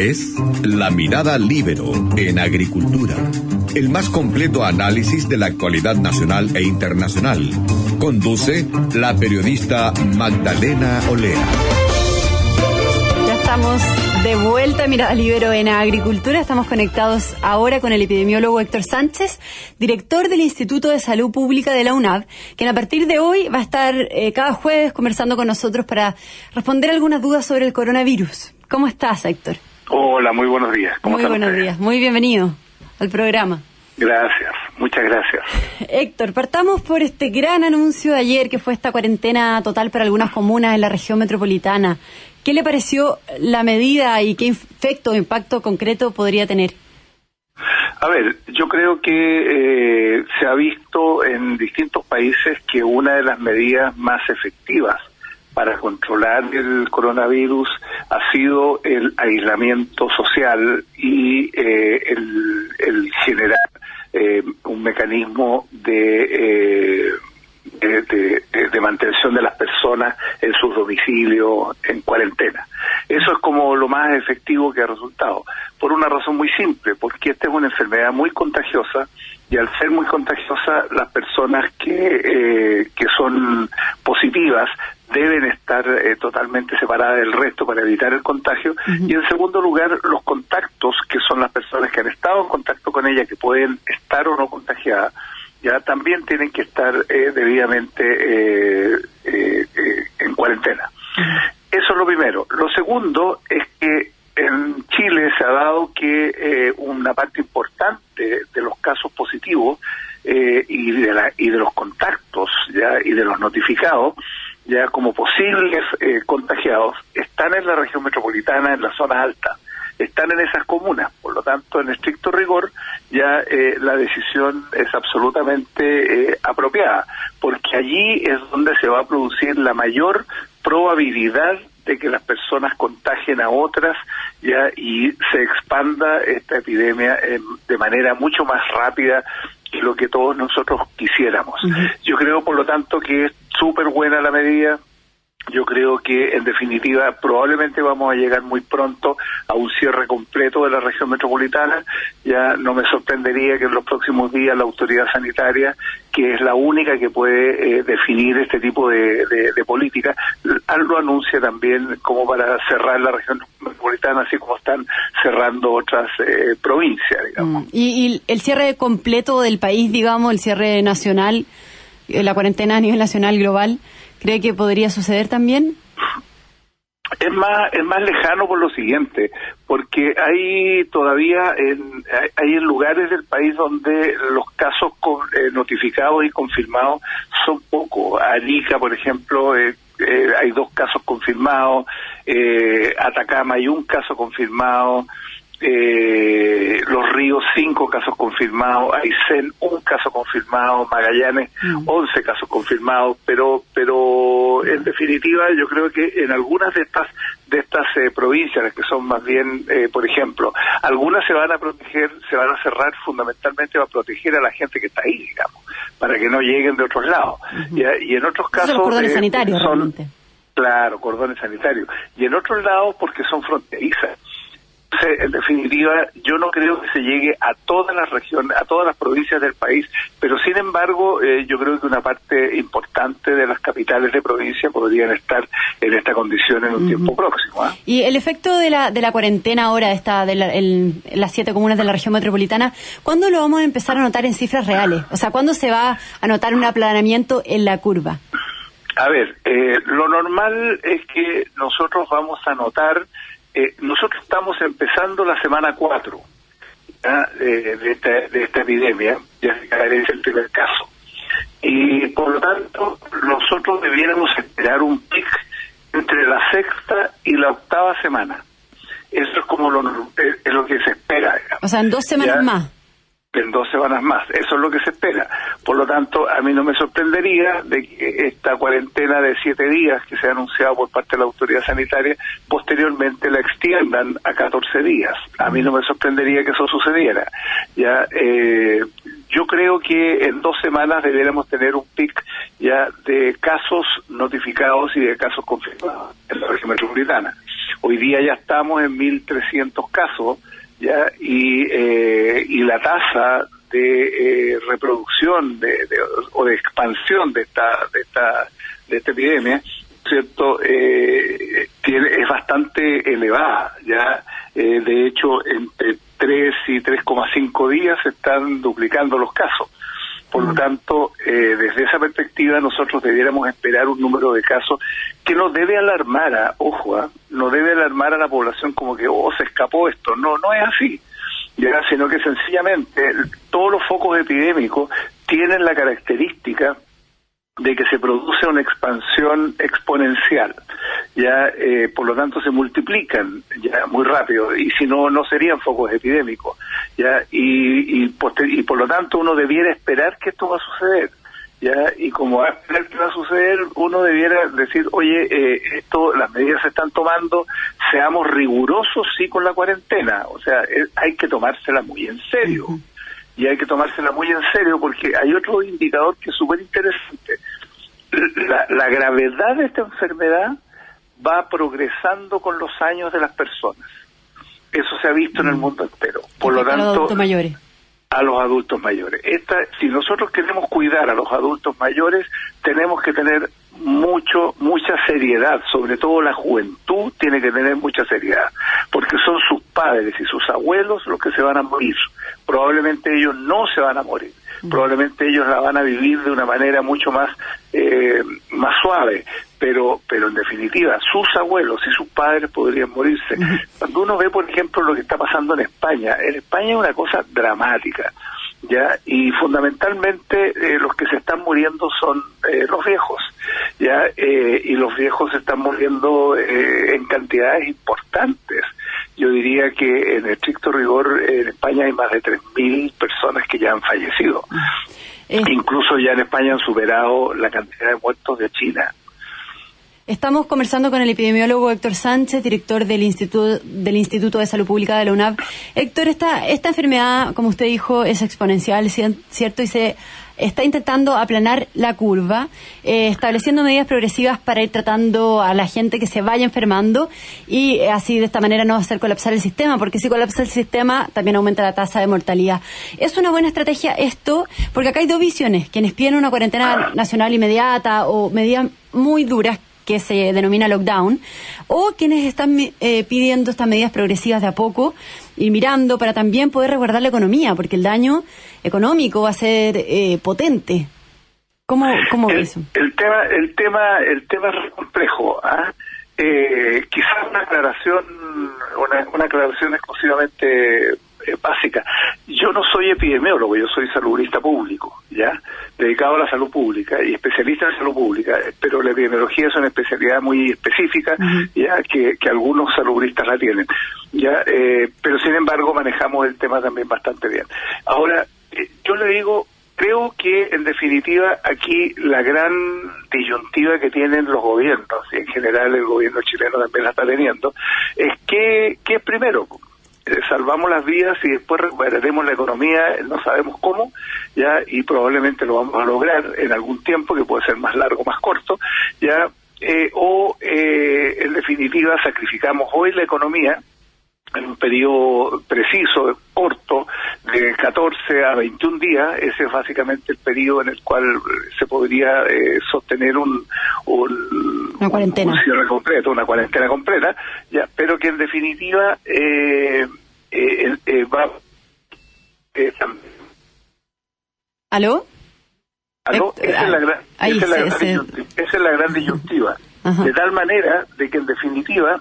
es La Mirada Líbero en Agricultura, el más completo análisis de la actualidad nacional e internacional. Conduce la periodista Magdalena Olea. Ya estamos de vuelta a Mirada Líbero en Agricultura. Estamos conectados ahora con el epidemiólogo Héctor Sánchez, director del Instituto de Salud Pública de la UNAV, quien a partir de hoy va a estar cada jueves conversando con nosotros para responder algunas dudas sobre el coronavirus. ¿Cómo estás, Héctor? Hola, muy buenos días. Muy buenos días, muy bienvenido al programa. Gracias, muchas gracias. Héctor, partamos por este gran anuncio de ayer que fue esta cuarentena total para algunas comunas en la región metropolitana. ¿Qué le pareció la medida y qué efecto o impacto concreto podría tener? A ver, yo creo que se ha visto en distintos países que una de las medidas más efectivas para controlar el coronavirus ha sido el aislamiento social y el generar un mecanismo de mantención de las personas en sus domicilios en cuarentena. Eso es como lo más efectivo que ha resultado, por una razón muy simple, porque esta es una enfermedad muy contagiosa y al ser muy contagiosa las personas que son positivas deben estar totalmente separadas del resto para evitar el contagio. Y en segundo lugar, los contactos, que son las personas que han estado en contacto con ella, que pueden estar o no contagiadas, ya también tienen que estar debidamente en cuarentena. Eso es lo primero. Lo segundo es que en Chile se ha dado que una parte importante de los casos positivos y de los contactos ya y de los notificados ya como posibles contagiados están en la región metropolitana, en la zona alta, están en esas comunas. Por lo tanto, en estricto rigor, ya la decisión es absolutamente apropiada, porque allí es donde se va a producir la mayor probabilidad de que las personas contagien a otras ya y se expanda esta epidemia de manera mucho más rápida que lo que todos nosotros quisiéramos. Yo creo, por lo tanto, que es súper buena la medida. Yo creo que, en definitiva, probablemente vamos a llegar muy pronto a un cierre completo de la región metropolitana. Ya no me sorprendería que en los próximos días la autoridad sanitaria, que es la única que puede definir este tipo de política, lo anuncie también como para cerrar la región metropolitana, así como están cerrando otras provincias, digamos. ¿Y el cierre completo del país, digamos, el cierre nacional, la cuarentena a nivel nacional, global, cree que podría suceder también? Es más lejano por lo siguiente, porque hay todavía hay lugares del país donde los casos notificados y confirmados son pocos. Arica, por ejemplo, hay 2 casos confirmados, Atacama hay 1 caso confirmado, Los Ríos 5 casos confirmados, Aysén 1 caso confirmado, Magallanes 11 casos confirmados, pero en definitiva yo creo que en algunas de estas provincias, que son más bien, por ejemplo, algunas se van a proteger, se van a cerrar fundamentalmente para proteger a la gente que está ahí, digamos, para que no lleguen de otros lados. Y en otros casos son cordones sanitarios, realmente. Claro, cordones sanitarios. Y en otros lados porque son fronterizas. En definitiva, yo no creo que se llegue a todas las regiones, a todas las provincias del país, pero sin embargo, yo creo que una parte importante de las capitales de provincia podrían estar en esta condición en un tiempo próximo. Y el efecto de la cuarentena ahora, las 7 comunas de la región metropolitana, ¿cuándo lo vamos a empezar a notar en cifras reales? O sea, ¿cuándo se va a notar un aplanamiento en la curva? A ver, lo normal es que nosotros vamos a notar. Nosotros estamos empezando la semana 4 de esta epidemia, ya se cae el primer caso. Y por lo tanto, nosotros debiéramos esperar un pic entre la 6ª y la 8ª semana. Eso es como es lo que se espera, digamos. O sea, en 2 semanas más. En 2 semanas más, eso es lo que se espera. Por lo tanto, a mí no me sorprendería de que esta cuarentena de 7 días que se ha anunciado por parte de la autoridad sanitaria, posteriormente la extiendan a 14 días. A mí no me sorprendería que eso sucediera. Ya, yo creo que en 2 semanas deberíamos tener un pic ya de casos notificados y de casos confirmados en la región metropolitana. Hoy día ya estamos en 1.300 casos, ya, y la tasa de reproducción o de expansión de esta epidemia, cierto, es bastante elevada, ya. De hecho, entre 3 y 3,5 días se están duplicando los casos. Por lo tanto, desde esa perspectiva nosotros debiéramos esperar un número de casos que no debe alarmar no debe alarmar a la población como que se escapó esto. No es así, ya, sino que sencillamente todos los focos epidémicos tienen la característica de que se produce una expansión exponencial, ya, por lo tanto se multiplican ya muy rápido, y si no serían focos epidémicos, ya, y por lo tanto uno debiera esperar que esto va a suceder, ya, y como va a esperar que va a suceder, uno debiera decir, oye, las medidas se están tomando, seamos rigurosos sí con la cuarentena, o sea, hay que tomársela muy en serio. Y hay que tomársela muy en serio porque hay otro indicador que es súper interesante. La gravedad de esta enfermedad va progresando con los años de las personas. Eso se ha visto en el mundo entero. Por lo tanto, a los adultos mayores. Si nosotros queremos cuidar a los adultos mayores, tenemos que tener mucha seriedad, sobre todo la juventud tiene que tener mucha seriedad, porque son sus padres y sus abuelos los que se van a morir. Probablemente ellos no se van a morir, probablemente ellos la van a vivir de una manera mucho más suave, pero en definitiva sus abuelos y sus padres podrían morirse. Cuando uno ve, por ejemplo, lo que está pasando en España es una cosa dramática, ya, y fundamentalmente los que se están muriendo son los viejos, ya, y los viejos se están muriendo en cantidades importantes. Yo diría que en estricto rigor en España hay más de 3.000 personas que ya han fallecido. Incluso ya en España han superado la cantidad de muertos de China. Estamos conversando con el epidemiólogo Héctor Sánchez, director del Instituto de Salud Pública de la UNAV. Héctor, esta enfermedad, como usted dijo, es exponencial, ¿cierto? Y se está intentando aplanar la curva, estableciendo medidas progresivas para ir tratando a la gente que se vaya enfermando y así de esta manera no hacer colapsar el sistema, porque si colapsa el sistema también aumenta la tasa de mortalidad. ¿Es una buena estrategia esto? Porque acá hay dos visiones, quienes piden una cuarentena nacional inmediata o medidas muy duras que se denomina lockdown, o quienes están pidiendo estas medidas progresivas de a poco, ir mirando para también poder resguardar la economía, porque el daño económico va a ser potente. ¿Cómo ves eso? El tema es complejo. Quizás una aclaración exclusivamente básica. Yo no soy epidemiólogo, yo soy saludista público, ya, dedicado a la salud pública y especialista en salud pública, pero la epidemiología es una especialidad muy específica, ya, que algunos saludistas la tienen, ya, pero sin embargo manejamos el tema también bastante bien. Ahora, yo le digo, creo que en definitiva aquí la gran disyuntiva que tienen los gobiernos, y en general el gobierno chileno también la está teniendo, es que es primero, salvamos las vidas y después recuperaremos la economía, no sabemos cómo, ya, y probablemente lo vamos a lograr en algún tiempo que puede ser más largo, más corto, ya, en definitiva sacrificamos hoy la economía en un periodo preciso, corto, de 14 a 21 días. Ese es básicamente el periodo en el cual se podría sostener una cuarentena. Un cierre completo, una cuarentena completa, ya, pero que en definitiva va... ¿Aló? Esa es la gran disyuntiva. Ajá. De tal manera de que en definitiva...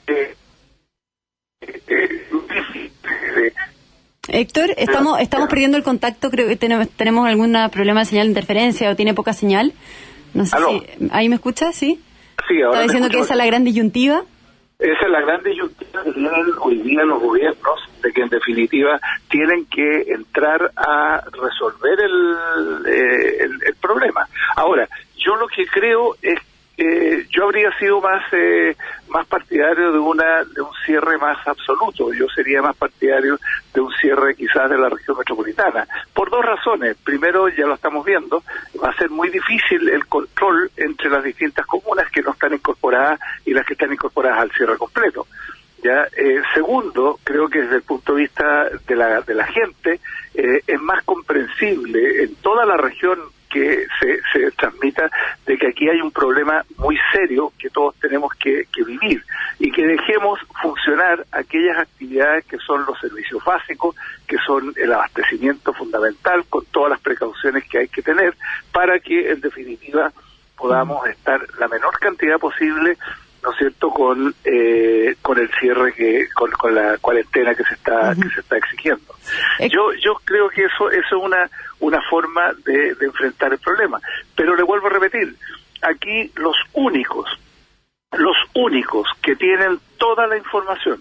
Héctor, estamos perdiendo el contacto, creo que tenemos algún problema de señal de interferencia o tiene poca señal. No sé si... ¿Ahí me escuchas? ¿Sí? Sí, ahora. ¿Estaba diciendo que esa es la gran disyuntiva? Esa es la gran disyuntiva que tienen hoy día los gobiernos, de que en definitiva tienen que entrar a resolver el problema. Ahora, yo lo que creo es yo habría sido más partidario de un cierre más absoluto. Yo sería más partidario de un cierre quizás de la región metropolitana. ¿Por por dos razones. Primero, ya lo estamos viendo, va a ser muy difícil el control entre las distintas comunas que no están incorporadas y las que están incorporadas al cierre completo. Ya, segundo, creo que desde el punto de vista de la gente, es más comprensible en toda la región que se transmita de que aquí hay un problema muy serio que todos tenemos que vivir, y que dejemos funcionar aquellas actividades que son los servicios básicos, que son el abastecimiento fundamental, con todas las precauciones que hay que tener para que en definitiva podamos estar la menor cantidad posible, ¿no es cierto?, con el cierre con la cuarentena que se está exigiendo. Yo creo que eso es una forma de enfrentar el problema, pero le vuelvo a repetir, aquí los únicos que tienen toda la información,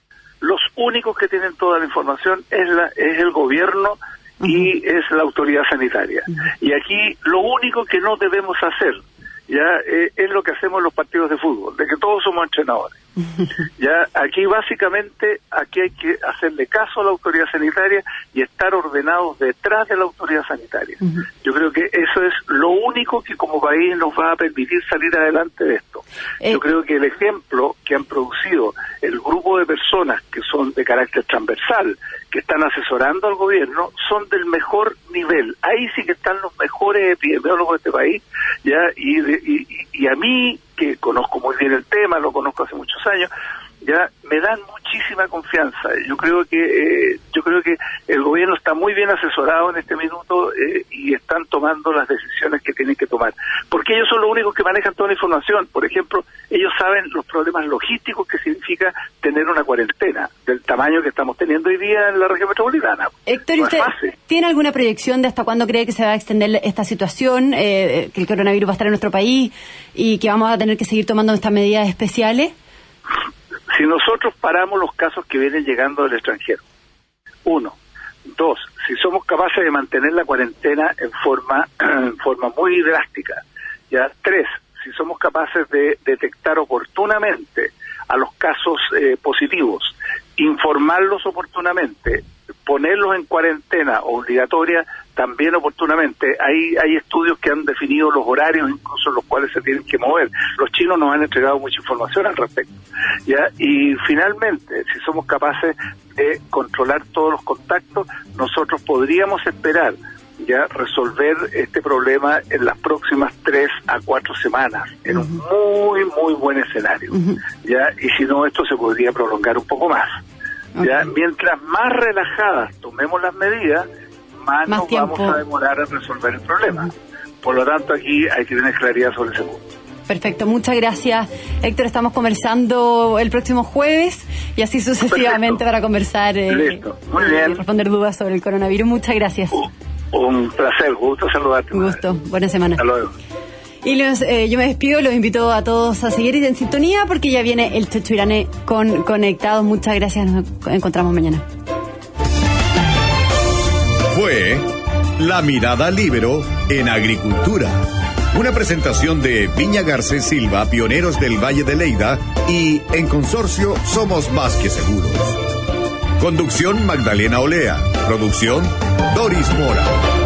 es el gobierno y es la autoridad sanitaria. Y aquí lo único que no debemos hacer es lo que hacemos en los partidos de fútbol, de que todos somos entrenadores. Ya aquí básicamente hay que hacerle caso a la autoridad sanitaria y estar ordenados detrás de la autoridad sanitaria. Yo creo que eso es lo único que como país nos va a permitir salir adelante de esto. Yo creo que el ejemplo que han producido el grupo de personas que son de carácter transversal, que están asesorando al gobierno, son del mejor nivel. Ahí sí que están los mejores epidemiólogos de este país, ya, y a mí, que conozco muy bien el tema, lo conozco hace muchos años, ya me dan muchísima confianza. Yo creo que el gobierno está muy bien asesorado en este minuto, y están tomando las decisiones que tienen que tomar, porque ellos son los únicos que manejan toda la información. Por ejemplo, ellos saben los problemas logísticos que significa tener una cuarentena del tamaño que estamos teniendo hoy día en la región metropolitana. Héctor, ¿usted tiene alguna proyección de hasta cuándo cree que se va a extender esta situación, que el coronavirus va a estar en nuestro país y que vamos a tener que seguir tomando estas medidas especiales? Si nosotros paramos los casos que vienen llegando del extranjero, 1. 2, si somos capaces de mantener la cuarentena en forma muy drástica. Ya. 3, si somos capaces de detectar oportunamente a los casos positivos, informarlos oportunamente, ponerlos en cuarentena obligatoria también oportunamente. Hay estudios que han definido los horarios incluso en los cuales se tienen que mover. Los chinos nos han entregado mucha información al respecto. ¿Ya? Y finalmente, si somos capaces de controlar todos los contactos, nosotros podríamos esperar ya resolver este problema en las próximas 3 a 4 semanas, en un muy, muy buen escenario. ¿Ya? Y si no, esto se podría prolongar un poco más. ¿Ya? Mientras más relajadas tomemos las medidas, más nos vamos a demorar en resolver el problema. Por lo tanto, aquí hay que tener claridad sobre ese punto. Perfecto, muchas gracias, Héctor. Estamos conversando el próximo jueves y así sucesivamente. Perfecto. Para conversar Muy bien. Y responder dudas sobre el coronavirus. Muchas gracias. Un placer, gusto saludarte. Un gusto, buena semana. Hasta luego. Y yo me despido, los invito a todos a seguir en sintonía porque ya viene el Checho Irane con Conectados. Muchas gracias, nos encontramos mañana. Fue La Mirada Líbero en Agricultura. Una presentación de Viña Garcés Silva, pioneros del Valle de Leida, y en consorcio Somos Más que Seguros. Conducción Magdalena Olea. Producción Doris Mora.